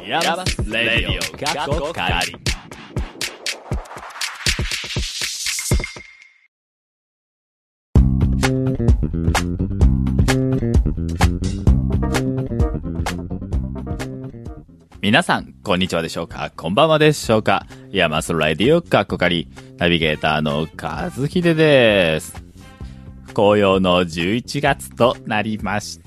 ヤマスレディオ過去仮。皆さんこんにちはでしょうか、こんばんはでしょうか。ヤマスレディオ過去仮ナビゲーターの和秀です。紅葉の11月となりました。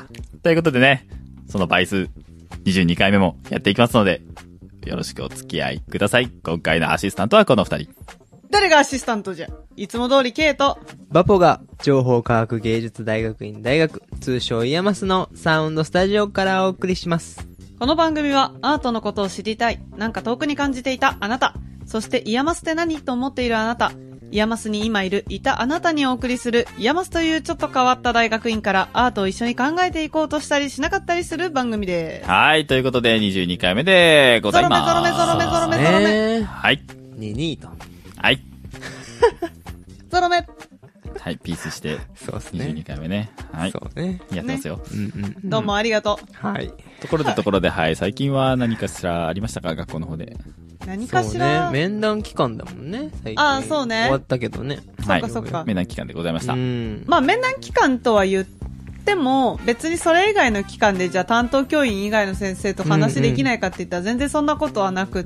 ということでね、その倍数22回目もやっていきますので、よろしくお付き合いください。今回のアシスタントはこの2人。 誰がアシスタントじゃ。いつも通りケイト。 バポが情報科学芸術大学院大学、通称イヤマスのサウンドスタジオからお送りします。 この番組はアートのことを知りたい、なんか遠くに感じていたあなた、そしてイヤマスって何と思っているあなた、イヤマスに今いたあなたにお送りするイヤマスというちょっと変わった大学院からアートを一緒に考えていこうとしたりしなかったりする番組です。 はい、ということで22回目でございます。 ゾロ目ゾロ目ゾロ目ゾロ目ゾロ目。 はい。 22と。 はい。 ゾロ目。 はい、ピースして、 そうですね。 22回目ね。はい。 そうね。 やってますよ。 どうもありがとう。 はい。 ところで、はい、最近は何かしらありましたか、学校の方で。 何かしら。 そうね、面談期間だもんね、最近。 ああ、そうね。 終わったけどね。 はい。 そっか。 面談期間でございました。 まあ、面談期間とは言っても、別にそれ以外の期間で、じゃあ担当教員以外の先生と話できないかって言ったら全然そんなことはなくって、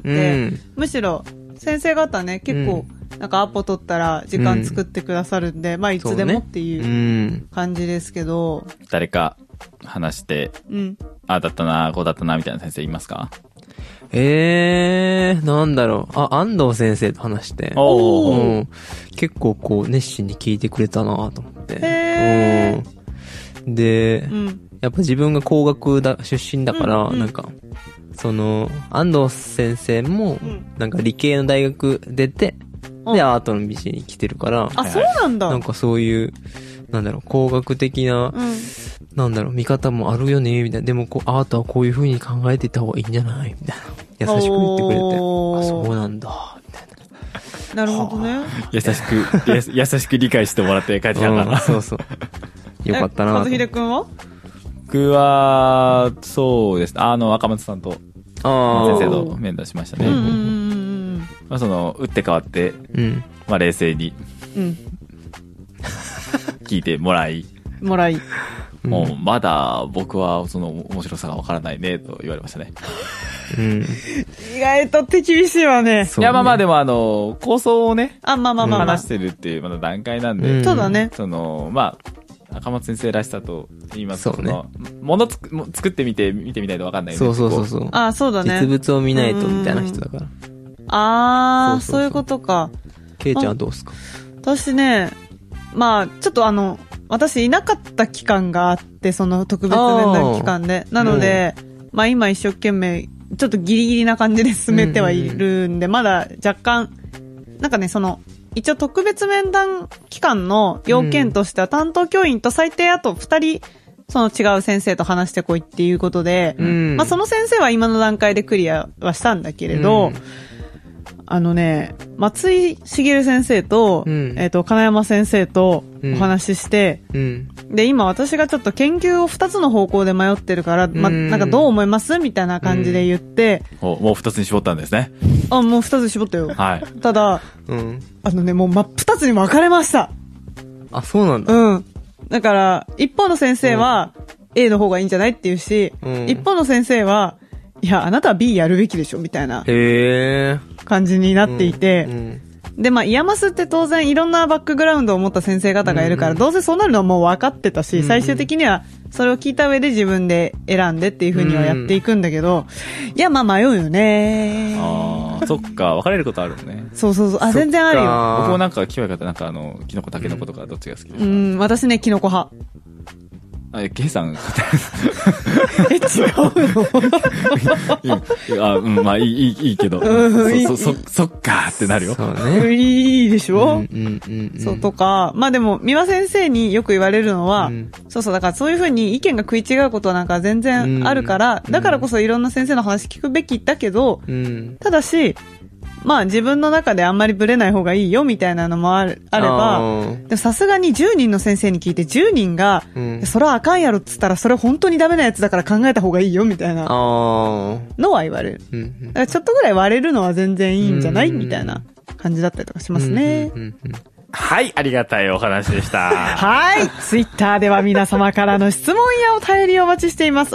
むしろ、先生方ね、結構、なんかアポ取ったら時間作ってくださるんで、まあいつでもっていう感じですけど。 誰か話して、ああだったな、こうだったな、みたいな先生いますか？ なんだろう。安藤先生と話して。結構こう熱心に聞いてくれたなと思って。で、やっぱ自分が工学出身だから、なんか、安藤先生も、なんか理系の大学出て、で、アートの道に来てるから。 あ、そうなんだ。 なんかそういう、なんだろう、工学的な、なんだろう、見方もあるよね、みたいな。でも、アートはこういう風に考えていった方がいいんじゃないみたいな。優しく言ってくれて。あ、そうなんだ、みたいな。なるほどね。 優しく理解してもらって帰ってきたから。 そうそう。よかったな。 和秀くんは？ 僕は、そうです。若松さんと、先生と面談しましたね。まあ打って変わって、まあ冷静に、聞いてもらい、もうまだ僕はその面白さがわからないねと言われましたね。 意外と手厳しいわね。 いやまあでも構想をね、話してるっていうまだ段階なんで、 そうだね。 まあ赤松先生らしさと言いますか、もの作ってみてみたいとわかんないね。 そう。 あ、そうだね。 実物を見ないとみたいな人だから。 そういうことか。 ケイちゃんはどうすか？ 私ね、まあ、ちょっと私いなかった期間があって、その特別面談期間で。なので、まあ今一生懸命、ちょっとギリギリな感じで進めてはいるんで、まだ若干、なんかね、一応特別面談期間の要件としては、担当教員と最低あと2人、その違う先生と話してこいっていうことで、まあその先生は今の段階でクリアはしたんだけれど、松井茂先生と、金山先生とお話しして、で、今私がちょっと研究を2つの方向で迷ってるから、なんかどう思いますみたいな感じで言って、 もう2つに絞ったんですね。 もう2つに絞ったよ。 はい。 ただ、もう真っ二つに分かれました。 あ、そうなんだ。 だから、一方の先生は A の方がいいんじゃないって言うし、一方の先生は、いや、あなたは B やるべきでしょみたいな感じになっていて、で、まあ、イヤマスって当然いろんなバックグラウンドを持った先生方がいるから、どうせそうなるのはもう分かってたし、最終的にはそれを聞いた上で自分で選んでっていう風にはやっていくんだけど、いや、まあ迷うよね。 そっか、分かれることあるのね。 そう。全然あるよ。 僕もなんか聞かれ方、なんかキノコ、タケノコとかどっちが好きですか？ 私ね、キノコ派。 ケイさん。 違うの？ まあいいけど。そっかってなるよ。 そうね。 いいでしょ？そうとか、まあでも、三輪先生によく言われるのは、だからそういう風に意見が食い違うことはなんか全然あるから、だからこそいろんな先生の話聞くべきだけど、ただし、 まあ自分の中であんまりブレない方がいいよみたいなのもあれば、でもさすがに10人の先生に聞いて10人が、それはあかんやろっつったらそれ本当にダメなやつだから考えた方がいいよみたいなのは言われる。だからちょっとぐらい割れるのは全然いいんじゃないみたいな感じだったりとかしますね。 はい、ありがたいお話でした。 はい。ツイッターでは皆様からの質問やお便りをお待ちしています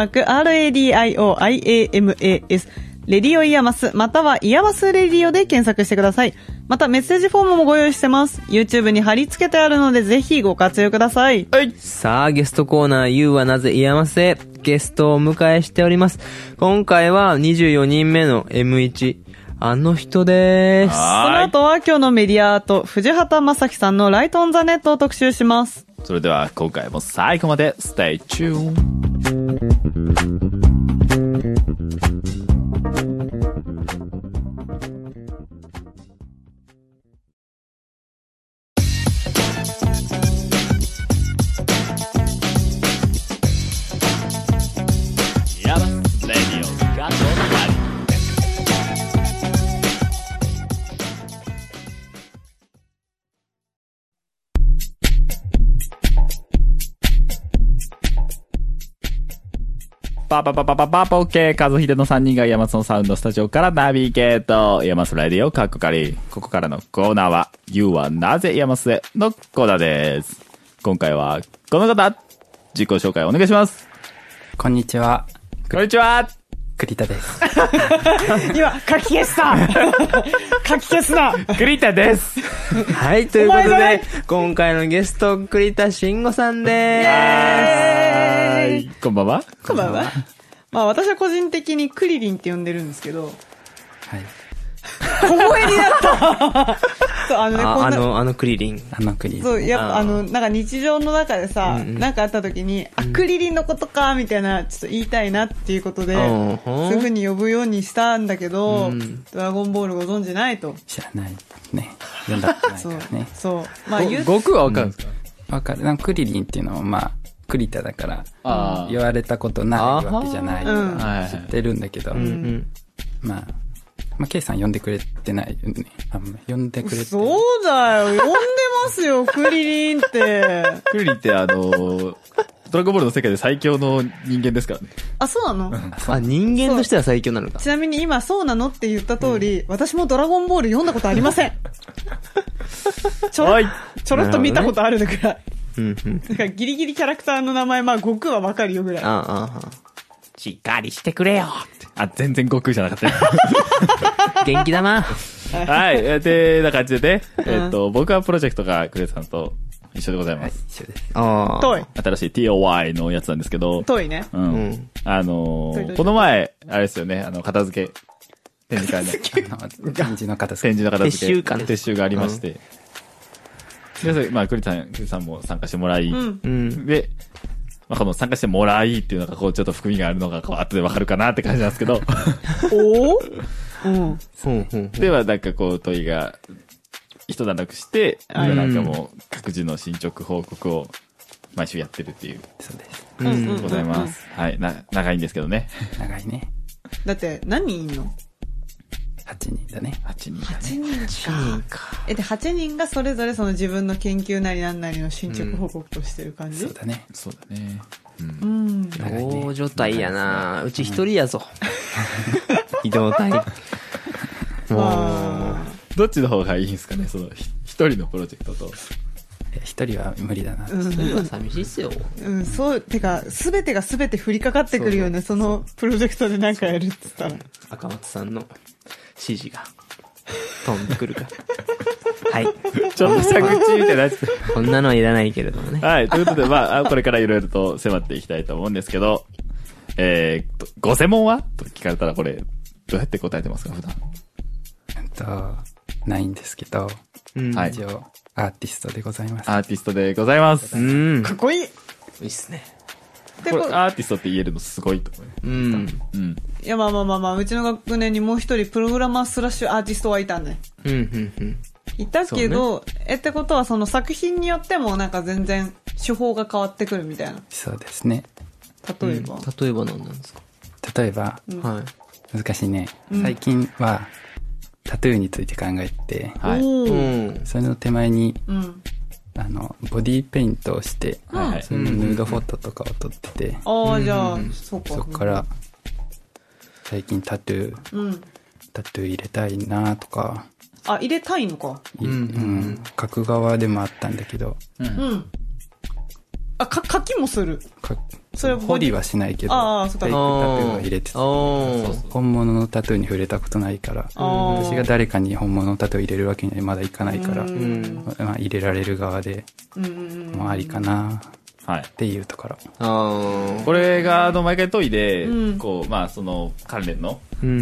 。@RADIOIAMAS。レディオイヤマス、またはイヤマスレディオで検索してください。またメッセージフォームもご用意してます。YouTube に貼り付けてあるのでぜひご活用ください。 はい。 さあ、ゲストコーナー You はなぜイヤマスへゲストをお迎えしております。今回は24人目の M1。あの人でーす。 その後は今日のメディアアート、藤畑正樹さんのライトオンザネットを特集します。 それでは今回も最後まで Stay tuned。パパパパパパポッケー、和秀の3人が山松のサウンドスタジオからナビゲート。山松ラディオカッコカリ。ここからのコーナーは、You はなぜ山松へのコーナーです。今回は、この方、自己紹介お願いします。 こんにちは。 こんにちは。 栗田です。 今、書き消した書き消すな栗田です。 はい、ということで、今回のゲスト、栗田慎吾さんでーす。 こんばんは。 こんばんは。まあ私は個人的にクリリンって呼んでるんですけど、 はい。 小声になったそう、あのね、 あのクリリン。 そう、やっぱなんか日常の中でさ、なんかあった時に、クリリンのことか、みたいな、ちょっと言いたいなっていうことで、そういう風に呼ぶようにしたんだけど、ドラゴンボールご存知ないと。 知らない。ね。読んだことないからね。 そう。まあ悟空はわかるんですか？ わかる。なんかクリリンっていうのはまあ、栗田だから、言われたことないわけじゃないから知ってるんだけど、まあ、ケイさん呼んでくれてないよね。呼んでくれて。 そうだよ。呼んでますよ、クリリンって。 クリリンってドラゴンボールの世界で最強の人間ですからね。 あ、そうなの？ 人間としては最強なのか。 ちなみに今、そうなのって言った通り、私もドラゴンボール読んだことありません。ちょろっと見たことあるぐらい。なんかギリギリキャラクターの名前、まあ、悟空はわかるよぐらい。 しっかりしてくれよって。全然悟空じゃなかったよ。 元気だな。 はい。で、な感じでね、僕はプロジェクトがクレさんと一緒でございます。 一緒です。 遠い。 新しい TOY のやつなんですけど。 遠いね。 この前、あれですよね、片付け。展示会の。 展示の片付け。 撤収がありまして。で、まあ、クリさんも参加してもらい、で、まあ、この参加してもらいっていうのが、こう、ちょっと含みがあるのが、こう、後でわかるかなって感じなんですけど。では、なんかこう、問いが、一段落して、なんかもう、各自の進捗報告を、毎週やってるっていう。 そうです。 ございます。はい。長いんですけどね。 長いね。 だって、何人いんの ？8人だね。 8人か。で、8人がそれぞれその自分の研究なりなんなりの進捗報告としてる感じ？ そうだね。 大所帯やな。うち一人やぞ。移動隊。 どっちの方がいいんですかね、その、一人のプロジェクトと。 一人は無理だな。 一人は寂しいっすよ。 そう、てか、すべてがすべて降りかかってくるよね、そのプロジェクトでなんかやるって言ったら。 赤松さんの指示が飛んでくるから。はい。 ちょっとした口みたいになっちゃった。 こんなのはいらないけれどもね。 はい。ということで、まあ、これからいろいろと迫っていきたいと思うんですけど、ご専門はと聞かれたらこれ、どうやって答えてますか、普段。 ないんですけど、 はい。 一応、アーティストでございます。 アーティストでございます。 かっこいい。 いいっすね。 これアーティストって言えるのすごいと思う。 いや、まあ、うちの学年にもう一人プログラマースラッシュアーティストはいたね。いたけど、ってことはその作品によってもなんか全然手法が変わってくるみたいな。 そうですね。 例えば何なんですか？ 例えば、難しいね。最近は、 タトゥーについて考えて、 はい。 それの手前に、ボディーペイントをして、それのヌードフォトとかを撮ってて、 じゃあ、そこから最近タトゥー入れたいなとか。 入れたいのか。 書く側でもあったんだけど。 書きもする。 それ彫りはしないけど、タトゥーは入れてた。本物のタトゥーに触れたことないから、私が誰かに本物のタトゥー入れるわけにはまだいかないから、入れられる側で、もうありかなっていうところ。 これが、毎回研いで、こう、まあ、その、関連の、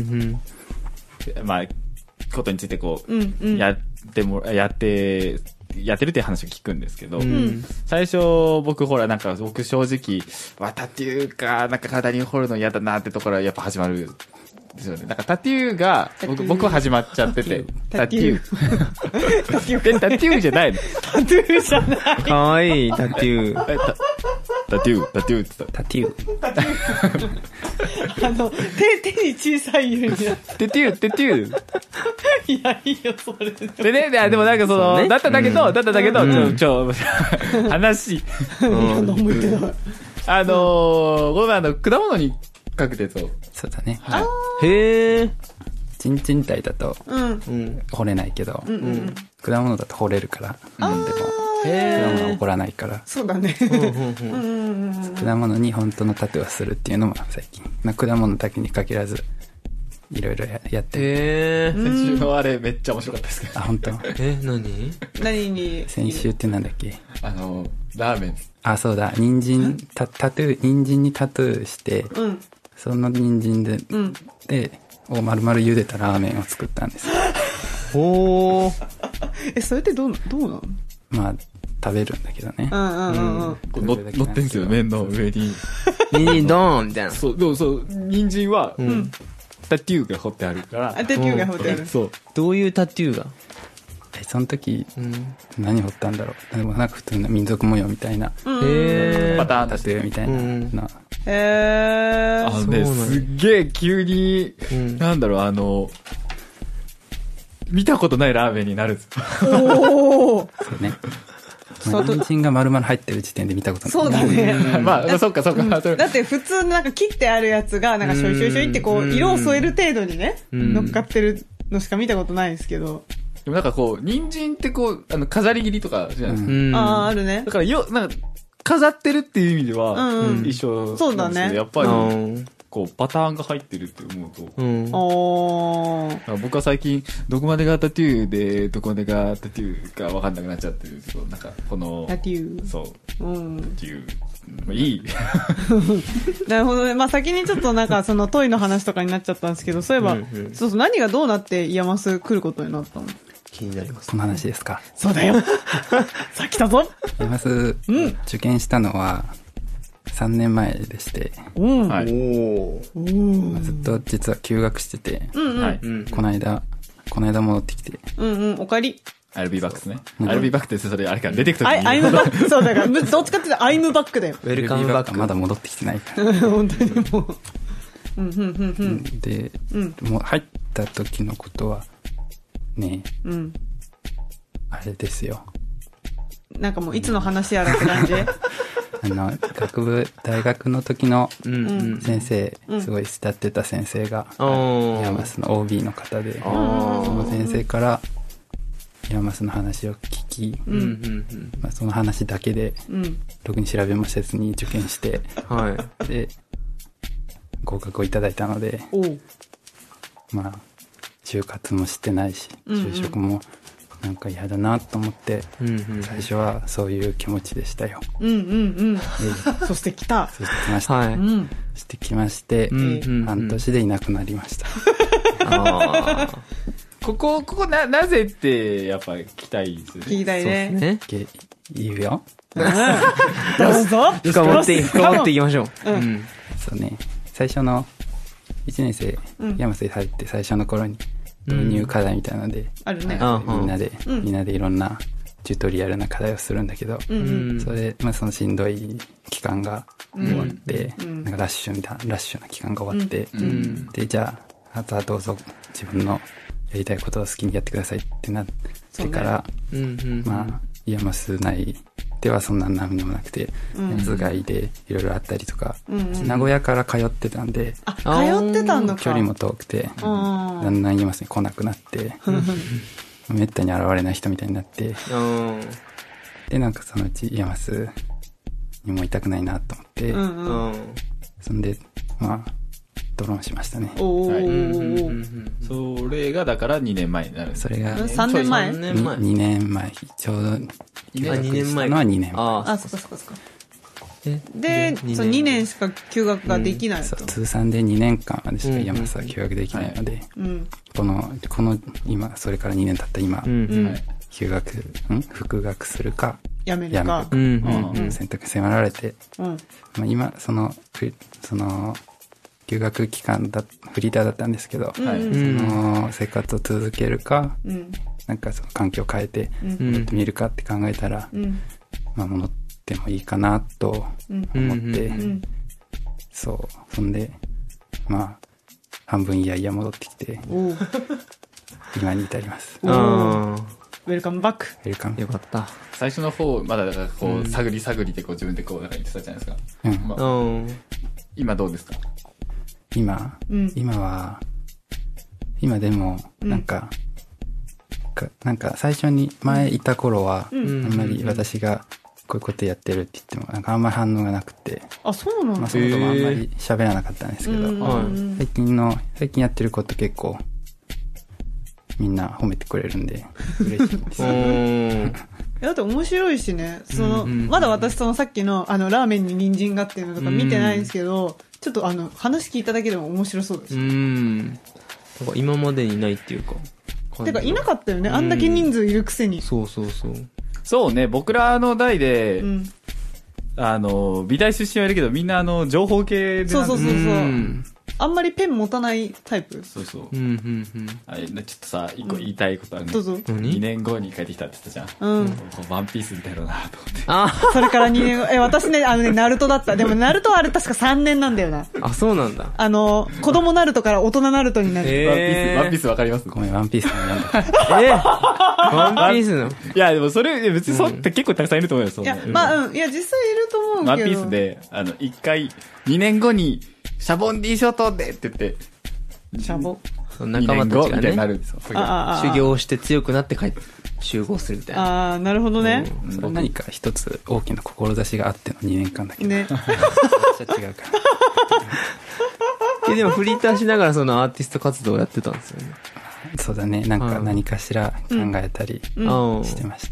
まあ、ことについてこう、やってるっていう話を聞くんですけど、最初僕ほら僕正直タトゥーか体に彫るの嫌だなってところはやっぱ始まるんですよね。タトゥーが僕は始まっちゃってて、タトゥータトゥーじゃないの。 タトゥーじゃない。 かわいいタトゥー。 タトゥーって言った。 タトゥー。手に小さいようになって。 タトゥー。 いや、いいよ、それ。 でね、でもその、だったんだけど、話。 何も言ってない。 この果物に書くやつを。 そうだね。 へー。 チンチン体だと、掘れないけど、果物だと掘れるから、飲んでも。果物は起こらないから。 そうだね。 果物に本当のタトゥーをするっていうのも最近。果物だけに限らず、いろいろやってる。 先週のあれめっちゃ面白かったですけど。 本当。 何に先週ってなんだっけ？ ラーメン。 そうだ。人参にタトゥーして、その人参で、丸々茹でたラーメンを作ったんです。 それってどうなの？ まあ、食べるんだけどね。 乗ってんすよ、麺の上に。 人参ドーンみたいな。 そう、人参は、タトゥーが彫ってあるから。 タトゥーが彫ってある。 そう。 どういうタトゥーが？ その時、何彫ったんだろう。でも普通の民族模様みたいな。 パターンタトゥーみたいな。 すっげえ急に、見たことないラーメンになるんですよ。 そうね。人参が丸々入ってる時点で見たことない。 そうだね。 そっか。 だって普通切ってあるやつが、しょいしょいしょいって色を添える程度にね、乗っかってるのしか見たことないですけど。 でも人参って飾り切りとかじゃないですか。あるね。 だから飾ってるっていう意味では、一緒。 そうだね。 やっぱり、パターンが入ってるって思うと。僕は最近、どこまでがタトゥーで、どこまでがタトゥーか分かんなくなっちゃってるけど、この、 タトゥー。 そう。タトゥー。いい。 なるほどね。先にちょっとそのトイの話とかになっちゃったんですけど、そういえば、何がどうなってイヤマス来ることになったの？ 気になります。 その話ですか。 そうだよ。さあ来たぞ。 イヤマス、受験したのは、3年前でして、ずっと実は休学してて、この間戻ってきて、 おかえり。 I'll be back ですね。I'll be back ってそれあれから出てくときに。 I'm back。そうだから、どっちかっていうと I'm back だよ。 ウェルカムバック。 まだ戻ってきてないから。 本当にもう。で、もう入った時のことは、ね、あれですよ。 もういつの話やらって感じ？ 大学の時の先生、すごい慕ってた先生が、イヤマスの OB の方で、その先生からイヤマスの話を聞き、その話だけで、特に調べもせずに受験して、で、合格をいただいたので、就活もしてないし、就職も嫌だなと思って、最初はそういう気持ちでしたよ。 そして来た。 そして来ました。そして来まして、半年でいなくなりました。 ここなぜってやっぱ聞きたいですよね。 聞きたいね。 言うよ。 どうぞ。 深掘っていきましょう。 そうね。最初の1年生、イヤマスに入って最初の頃に、導入課題みたいなので、 あるね。 みんなでいろんなチュートリアルな課題をするんだけど、それ、そのしんどい期間が終わって、ラッシュな期間が終わって、で、じゃあ、あとはどうぞ自分のやりたいことを好きにやってくださいってなってから、まあ、イヤマス内ではそんな何でもなくて、津外でいろいろあったりとか、名古屋から通ってたんで、 あ、通ってたんだか。 距離も遠くて、だんだんイヤマスに来なくなって、めったに現れない人みたいになって、で、なんかそのうちイヤマスにもいたくないなと思って、そんで、まあ、ドローンしましたね。 それがだから2年前になる。 それが 3年前 ?2 年前。ちょうど 2年前のは2年前。 あ、そっかそっかそっか。で、その2年しか休学ができないと。 通算で2年間までしかイヤマスは休学できないので、この今、それから2年経った今、復学するか、 やめるか。 選択迫られて、今、その、休学期間フリーターだったんですけど、その生活を続けるか、なんかその環境を変えて戻ってみるかって考えたら、まあ戻ってもいいかなと思って、そんで、まあ、半分いやいや戻ってきて、今に至ります。 ウェルカムバック。 ウェルカム。 よかった。 最初の方、まだだからこう、探り探りでこう自分でこう、なんか言ってたじゃないですか。今どうですか？ 今でも、なんか最初に前いた頃は、あんまり私がこういうことやってるって言っても、なんかあんまり反応がなくて。 あ、そうなんだ。 まあそもそもあんまり喋らなかったんですけど、最近やってること結構、みんな褒めてくれるんで、嬉しいです。 だって面白いしね、まだ私さっきのラーメンに人参がっていうのとか見てないんですけど、ちょっと話聞いただけでも面白そうです。 なんか今までにないっていうか。 てかいなかったよね、あんだけ人数いるくせに。 そうね、僕らの代で、美大出身はいるけど、みんな情報系で。 そう。あんまりペン持たないタイプ。 そう。ちょっとさ、一個言いたいことあるね。 どうぞ。 2年後に帰ってきたって言ったじゃん。ワンピースみたいだなと思って。 それから2年後。私ね、ナルトだった。でもナルトはあれ確か3年なんだよな。 あ、そうなんだ。 子供ナルトから大人ナルトになる。 ワンピースわかります？ ごめん、ワンピースの読んだ。 ワンピースの？ いや、でもそれ、別にそうって結構たくさんいると思うよ、 いや、まあ、いや、実際いると思うけど。 ワンピースで、一回、2年後に、シャボンディショットでって言って、 シャボ仲間たちがね、修行して強くなって集合するみたいな。 なるほどね。 何か一つ大きな志があっての2年間だけど。ね。めっちゃ違うから。 でもフリーターしながらそのアーティスト活動をやってたんですよね。 そうだね。なんか何かしら考えたりしてました。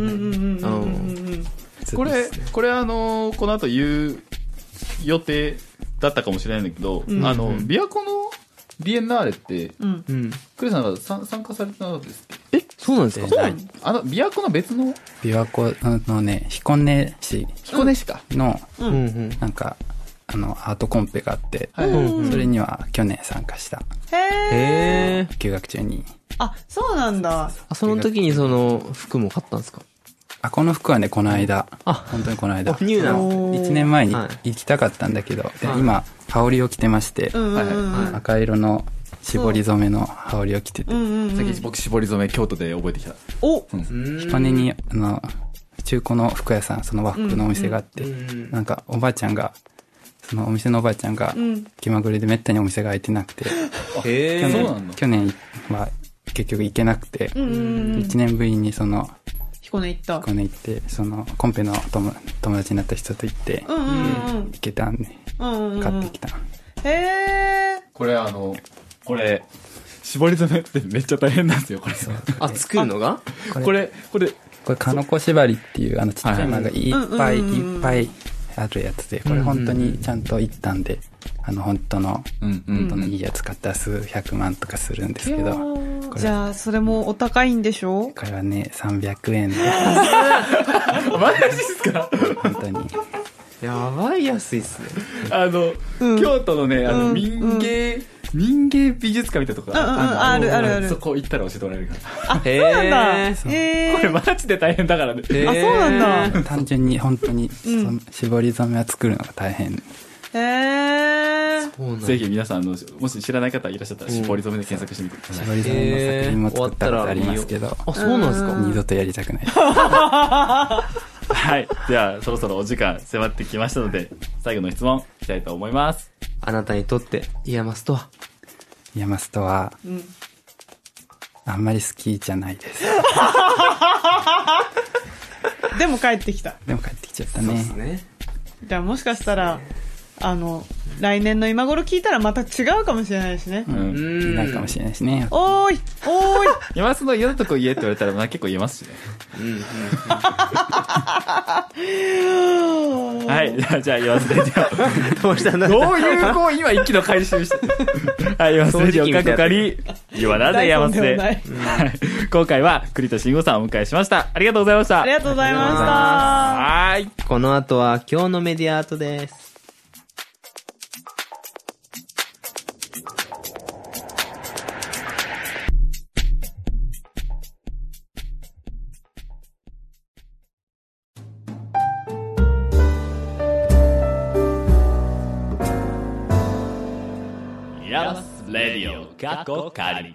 これこの後言う予定だったかもしれないんだけど、琵琶湖のビエンナーレって、クレさんが参加されたのですっけ？そうなんですか？ 琵琶湖の別の琵琶湖のね、彦根市かの、なんか、アートコンペがあって、それには去年参加した。 へー。休学中に。 あ、そうなんだ。 その時にその服も買ったんですか？ この服はね、この間。本当にこの間。 ニューなの ？1年前に行きたかったんだけど、今、羽織を着てまして、赤色の絞り染めの羽織を着てて。 さっき僕絞り染め京都で覚えてきた。 彦根に、中古の服屋さん、その和服のお店があって、なんかおばあちゃんが、そのお店のおばあちゃんが、気まぐれでめったにお店が開いてなくて、去年は結局行けなくて、1年ぶりにその、 彦根行って、 その、コンペの友達になった人と行って、行けたんで、買ってきた。 これ、絞り染めってめっちゃ大変なんですよ、これ。 作るのが？ これ、 かのこ縛りっていう、ちっちゃいのがいっぱいあるやつで、これ本当にちゃんと一旦で、本当のいいやつ買ったら数百万とかするんですけど。 じゃあ、それもお高いんでしょ？ これはね、300円で。 マジっすか？ 本当に。 やばい安いっすね。 京都のね、民芸美術館みたいなとこある。 そこ行ったら教えてもらえるから。 あ、そうなんだ。これマジで大変だからね。 あ、そうなんだ。 単純に本当に、絞り染めは作るのが大変。 そぜひ皆さんもし知らない方いらっしゃったら、絞り染めで検索してみてください。 絞り染めの作品も作ったことありますけど。 あ、そうなんですか？ 二度とやりたくない。 はい。では、そろそろお時間迫ってきましたので、最後の質問いきたいと思います。 あなたにとって、イヤマスとは？ イヤマスとは、あんまり好きじゃないです。 でも帰ってきた。 でも帰ってきちゃったね。そうですね。 じゃあもしかしたら、来年の今頃聞いたらまた違うかもしれないですね。 ないかもしれないですね。 おーいおーい今その嫌なとこ言えって言われたら、まあ結構言えますしね。はい。じゃあ言わせてよ。 どうしたんだどういうこう今一気の回収して。はい、言わせてよ。かっこかり。言わなでやませで。はい。今回は栗田慎吾さんをお迎えしました。ありがとうございました。 ありがとうございました。 はい。 この後は今日のメディアアートです。 ヤマスレディオ過去仮。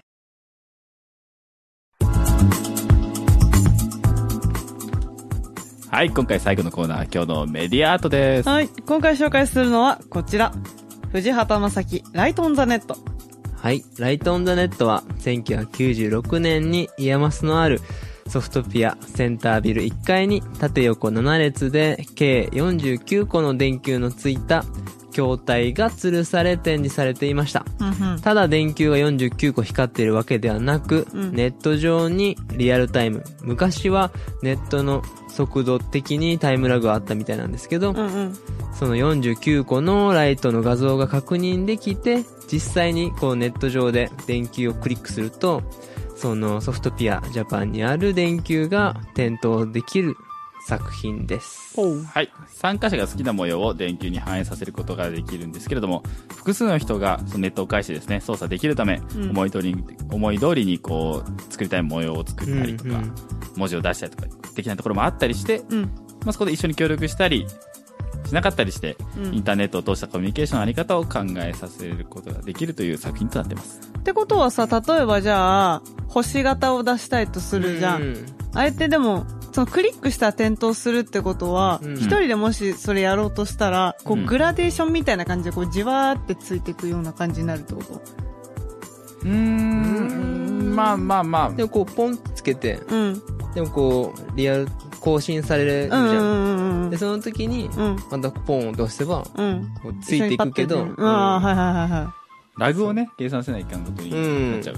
はい、今回最後のコーナー、今日のメディアアートです。 はい、今回紹介するのはこちら。藤畑正樹、ライトオンザネット。 はい、ライトオンザネットは1996年にイヤマスのあるソフトピアセンタービル1階に縦横7列で計49個の電球のついた筐体が吊るされ展示されていました。ただ電球が49個光っているわけではなく、ネット上にリアルタイム、昔はネットの速度的にタイムラグがあったみたいなんですけど、その49個のライトの画像が確認できて、実際にこうネット上で電球をクリックすると、そのソフトピアジャパンにある電球が点灯できる作品です。 はい。参加者が好きな模様を電球に反映させることができるんですけれども、複数の人がそのネットを介してですね、操作できるため、思い通りにこう、作りたい模様を作ったりとか、文字を出したりとか、できないところもあったりして、まあ、そこで一緒に協力したり、しなかったりして、インターネットを通したコミュニケーションのあり方を考えさせることができるという作品となっています。 ってことはさ、例えばじゃあ、星型を出したいとするじゃん。あれってでも、そのクリックしたら点灯するってことは、一人でもしそれやろうとしたら、こうグラデーションみたいな感じでこうじわーってついていくような感じになるってこと？ まあまあまあ。 でもこうポンってつけて、でもこうリアル更新されるじゃん。でその時にまたポンと押せば、こうついていくけど、 ラグをね計算せないかんことになっちゃう。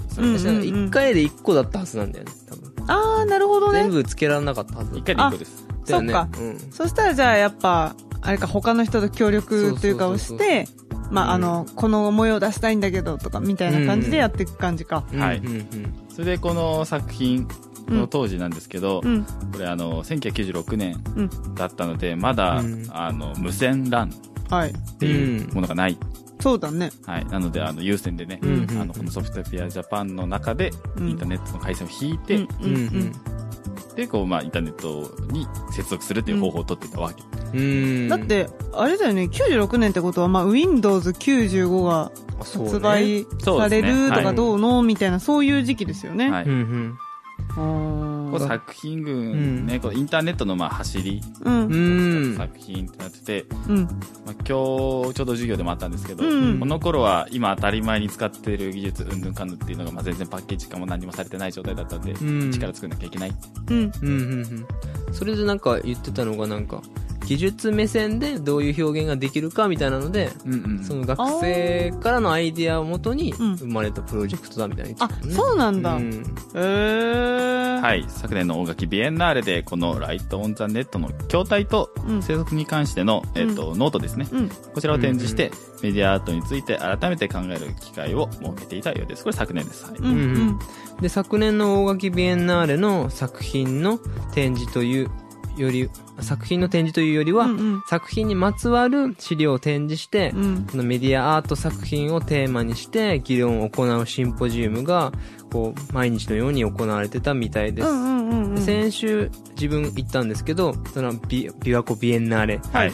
1回で1個だったはずなんだよね、多分。 あー、なるほどね。 全部つけられなかったはず。 1回で1個です。 そっか。そしたらじゃあやっぱ、あれか他の人と協力というかをして、まあこの模様出したいんだけどとかみたいな感じでやっていく感じか。 はい。それでこの作品の当時なんですけど、これ1996年だったので、まだ無線 LAN っていうものがない。 そうだね。 はい。なので、有線でね、このソフトピアジャパンの中で、インターネットの回線を引いて、で、こう、まあ、インターネットに接続するっていう方法を取っていたわけ。 だって、あれだよね、96年ってことは、まあ、Windows 95が発売されるとかどうのみたいな、そういう時期ですよね。はい。こう作品群ね、こうインターネットのまあ走り、作品ってなってて、まあ、今日ちょうど授業でもあったんですけど、この頃は今当たり前に使っている技術うんぬんかんぬんっていうのがまあ全然パッケージ化も何もされてない状態だったんで、力作んなきゃいけない。 それでなんか言ってたのがなんか技術目線でどういう表現ができるかみたいなので、その学生からのアイディアをもとに生まれたプロジェクトだみたいな、 あ、そうなんだ。 はい、昨年の大垣ビエンナーレでこのライトオンザネットの筐体と制作に関しての、ノートですね、こちらを展示して、メディアアートについて改めて考える機会を設けていたようです。これ昨年です。 で、昨年の大垣ビエンナーレの作品の展示というよりは、作品にまつわる資料を展示して、このメディアアート作品をテーマにして議論を行うシンポジウムがこう毎日のように行われてたみたいです。先週自分行ったんですけど、その琵琶湖ビエンナーレ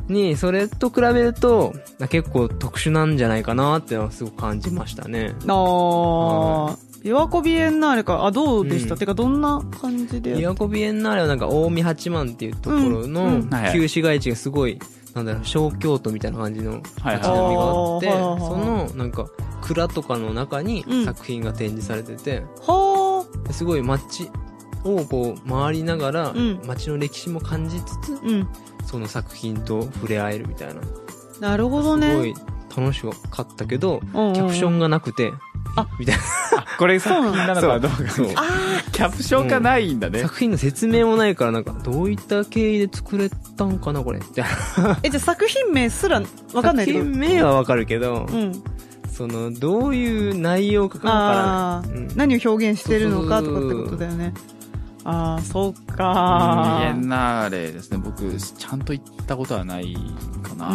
それと比べると、結構特殊なんじゃないかなってのはすごく感じましたね。 琵琶湖ビエンナーレか。どうでした、てかどんな感じで琵琶湖ビエンナーレはなんか近江八幡っていうところの旧市街地がすごい、小京都みたいな感じの街並みがあって、そのなんか蔵とかの中に作品が展示されてて、すごい街をこう回りながら、街の歴史も感じつつ、その作品と触れ合えるみたいな。 なるほどね。 すごい楽しかったけど、キャプションがなくて、みたいな。 これ作品なのかどうか。キャプションがないんだね。 作品の説明もないから、なんか、どういった経緯で作れたんかな、これ。みたいな。 じゃあ作品名すらわかんないけど。 作品名はわかるけど、どういう内容かわからない。 何を表現してるのかとかってことだよね。そうか。 ビエンナーレですね。僕、ちゃんと行ったことはないかな。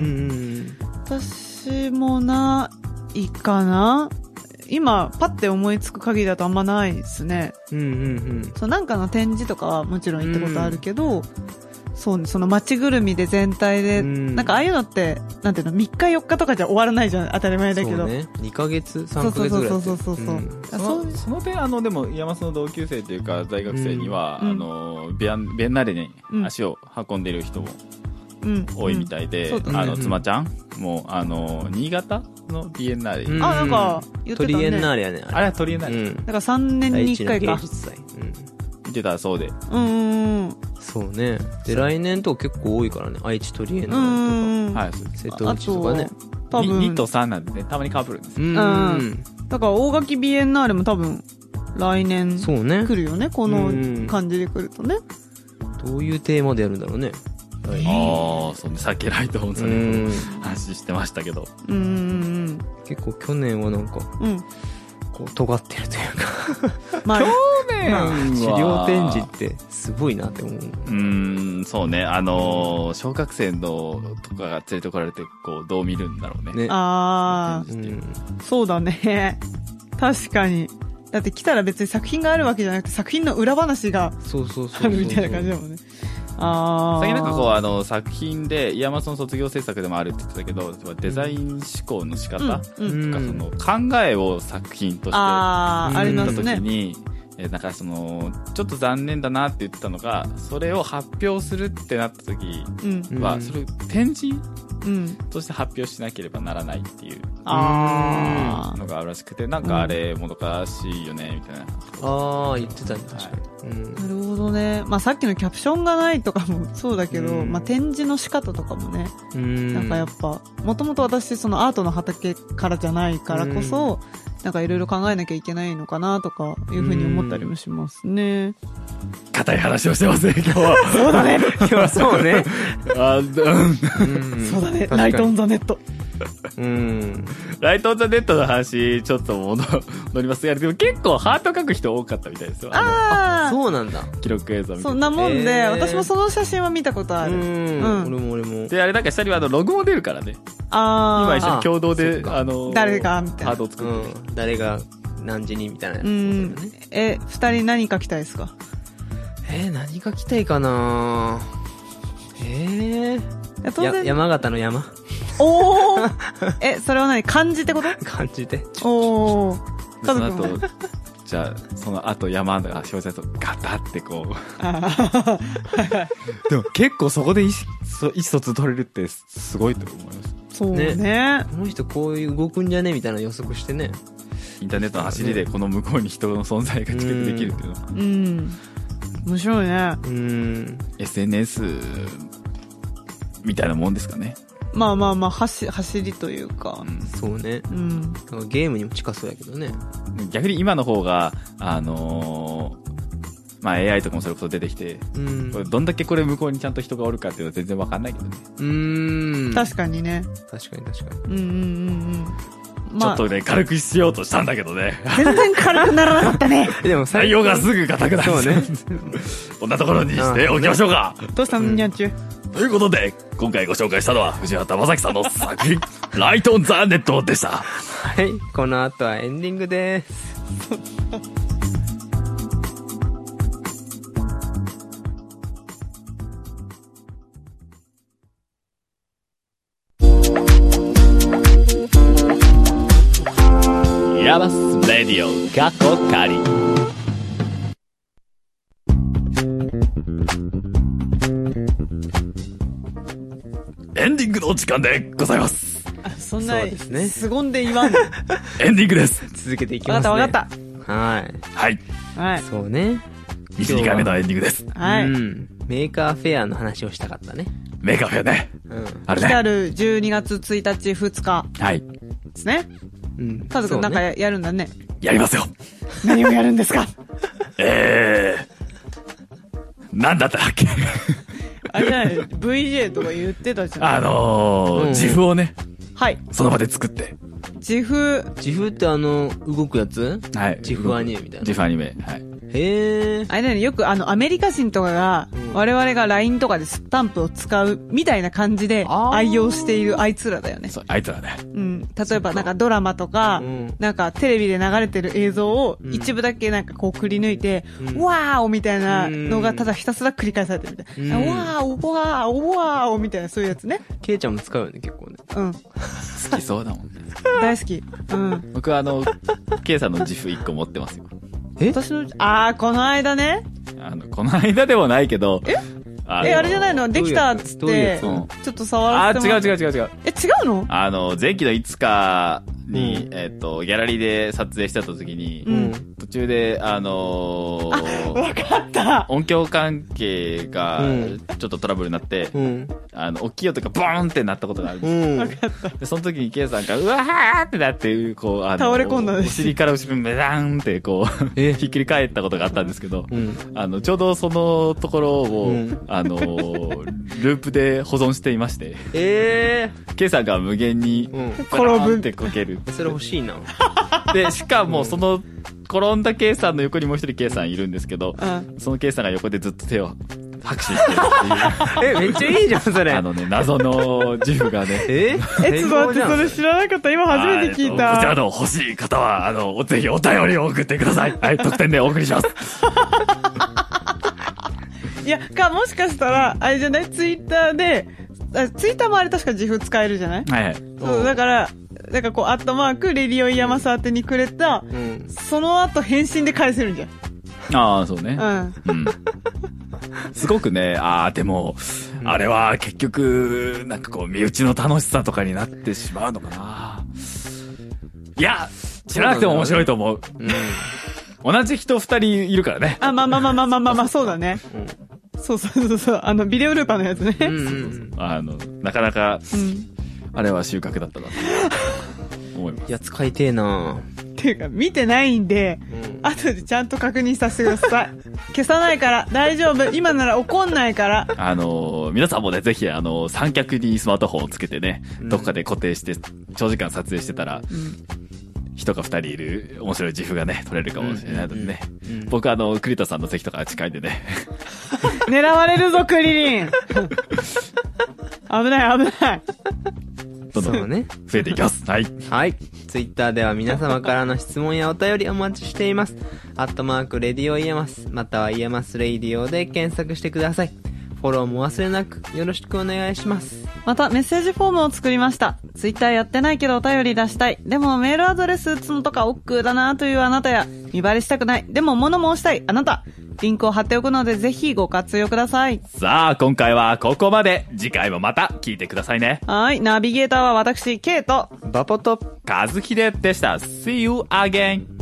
私もないかな。今、パッて思いつく限りだとあんまないですね。なんかの展示とかはもちろん行ったことあるけど、そうね、その街ぐるみで全体で、なんかああいうのって、なんていうの、3日4日とかじゃ終わらないじゃん、当たり前だけど。 そうね。2ヶ月、3ヶ月ぐらい。 その点、でも、山須の同級生というか、大学生には、ビエンナーレに足を運んでる人も多いみたいで、妻ちゃんも、新潟のビエンナーレ。 なんか、言ってたね。 トリエンナーレやね。 あれはトリエンナーレ。 だから3年に1回か。 芸術祭。 見てたそうで。 そうね。で、来年と結構多いからね。愛知トリエンナーレとか。はい。瀬戸内とかね。 多分。 2と3なんでね、たまに被るんですよ。 だから大垣ビエンナーレも多分、来年そうね。 来るよね。この感じで来るとね。 どういうテーマでやるんだろうね。 そうね。さっきライトオンさんの話してましたけど。 結構去年はなんか、こう、尖ってるというか。 去年は資料展示ってすごいなって思う。 そうね。小学生のとかが連れてこられて、こう、どう見るんだろうね。 そうだね。確かに。だって来たら別に作品があるわけじゃなくて、作品の裏話があるみたいな感じだもんね。 最近なんかこう作品で、イヤマスの卒業制作でもあるって言ってたけど、デザイン思考の仕方とか、その考えを作品として言った時に、なんかちょっと残念だなって言ってたのが、それを発表するってなった時は、それを展示として発表しなければならないっていうのがあるらしくて、なんかあれもどかしいよねみたいな。 言ってたね、確かに。 なるほどね。さっきのキャプションがないとかもそうだけど、展示の仕方とかもね、なんかやっぱ、もともと私そのアートの畑からじゃないからこそ、なんかいろいろ考えなきゃいけないのかなとかいうふうに思ったりもしますね。 硬い話をしてますね、今日は。 そうだね。 今日はそうね。 そうだね。ライトオンザネット。 ライトオンザネットの話、ちょっと戻りますが、でも結構ハート書く人多かったみたいですよ。 そうなんだ。 記録映像見て。 そんなもんで、私もその写真は見たことある。 俺も。 で、あれなんか下にはログも出るからね。今一緒に共同で、 誰がみたいな。 ハードを作って。 誰が何時にみたいなやつ。 二人何書きたいですか？ 何書きたいかな山形の山。 それは何？漢字ってこと？ 漢字で。 その後、じゃあ、その後山が表示されるとガタってこう。でも結構そこで意思疎通取れるってすごいと思います。 そうね。 この人こういう動くんじゃねみたいな予測してね。 インターネットの走りでこの向こうに人の存在が知覚できるっていうのは。 面白いね。 SNS みたいなもんですかね。 走りというか。 そうね。ゲームにも近そうやけどね。 逆に今の方が、AI とかもそれこそ出てきて、どんだけこれ向こうにちゃんと人がおるかっていうのは全然わかんないけどね。 確かにね。 確かに。 ちょっとね、軽くしようとしたんだけどね。 全然軽くならなかったね。 でも内容がすぐ硬くなる。そうね。こんなところにしておきましょうか。 どうしたの、にゃんちゅう。 ということで、今回ご紹介したのは藤畑正樹さんの作品、ライトオンザネットでした。 はい、この後はエンディングです。 ヤマスレディオ過去仮。エンディングのお時間でございます。 そんな、 そうですね。 凄んで言わん。 エンディングです。 続けていきますね。 わかった。 はい。 はい。 はい。 そうね。 2回目のエンディングです。 はい。 メーカーフェアの話をしたかったね。 メーカーフェアね。 あれね。来たる12月1日2日。 はい。 ですね。家族なんかやるんだね。 やりますよ。 何をやるんですか？ なんだったっけ？ あれじゃない、VJ とか言ってたじゃん。自負をね。 はい。 その場で作って。 自負って動くやつ？ はい。 自負アニメみたいな。 自負アニメ。はい。 へー。 あれね、よくアメリカ人とかが、我々が LINE とかでスタンプを使うみたいな感じで愛用しているあいつらだよね。 そう、あいつらね。 例えばなんかドラマとか、なんかテレビで流れてる映像を一部だけなんかこうくり抜いて、ワーオみたいなのがただひたすら繰り返されてるみたいな。ワーオ、ワーオ、ワーオみたいなそういうやつね。 ケイちゃんも使うよね、結構ね。 好きそうだもんね。 大好き。 僕ケイさんの自負1個持ってますよ。 私の、この間ね。 この間でもないけど。 あれじゃないのできたっつって、ちょっと触らせてもらって。 違う。 違うの？ 前期の5日に、ギャラリーで撮影してた時に、途中で、 わかった。 音響関係が、ちょっとトラブルになって、大きい音がボーンってなったことがあるんですよ。 わかった。 で、その時にケイさんが、うわーってなって、こう、 倒れ込んだんです。お尻から後ろにメダーンって、こう、ひっくり返ったことがあったんですけど、ちょうどそのところを、ループで保存していまして、ケイさんが無限に、転ぶってこける。 それ欲しいな。 で、しかもその、転んだケイさんの横にもう一人ケイさんいるんですけど、そのケイさんが横でずっと手を拍手してるっていう。 めっちゃいいじゃん、それ。 謎の自負がね。 ちょっと待って、それ知らなかった。今初めて聞いた。 こちらの欲しい方は、ぜひお便りを送ってください。はい、特典でお送りします。 いや、もしかしたら、あれじゃないツイッターで、ツイッターもあれ確か自負使えるじゃない？ はい。 そう、だから、なんかこう、アットマーク、レディオイヤマス宛てにくれた、その後返信で返せるんじゃん。 ああ、そうね。すごくね、でも、あれは結局、なんかこう、身内の楽しさとかになってしまうのかな。いや、知らなくても面白いと思う。同じ人2人いるからね。 まあ、そうだね。そう、ビデオルーパーのやつね。 なかなか、あれは収穫だったなと思います。 いや、使いてえなっていうか、見てないんで、後でちゃんと確認させてください。消さないから、大丈夫。今なら怒んないから。 皆さんもね、ぜひ、三脚にスマートフォンをつけてね、どっかで固定して、長時間撮影してたら、人か二人いる面白い自負がね、取れるかもしれないのでね。僕栗田さんの席とか近いんでね。 狙われるぞ、クリリン危ない。 どんどん増えていきます。はい。 はい。ツイッターでは皆様からの質問やお便りお待ちしています。@レディオイヤマス、またはイヤマスレディオで検索してください。フォローも忘れなくよろしくお願いします。 またメッセージフォームを作りました。ツイッターやってないけどお便り出したい。でもメールアドレス打つのとか億劫だなというあなたや、見張りしたくない。でも物申したいあなた。リンクを貼っておくのでぜひご活用ください。 さあ、今回はここまで。次回もまた聞いてくださいね。 はい。ナビゲーターは私、ケイとバポとカズヒデでした。See you again!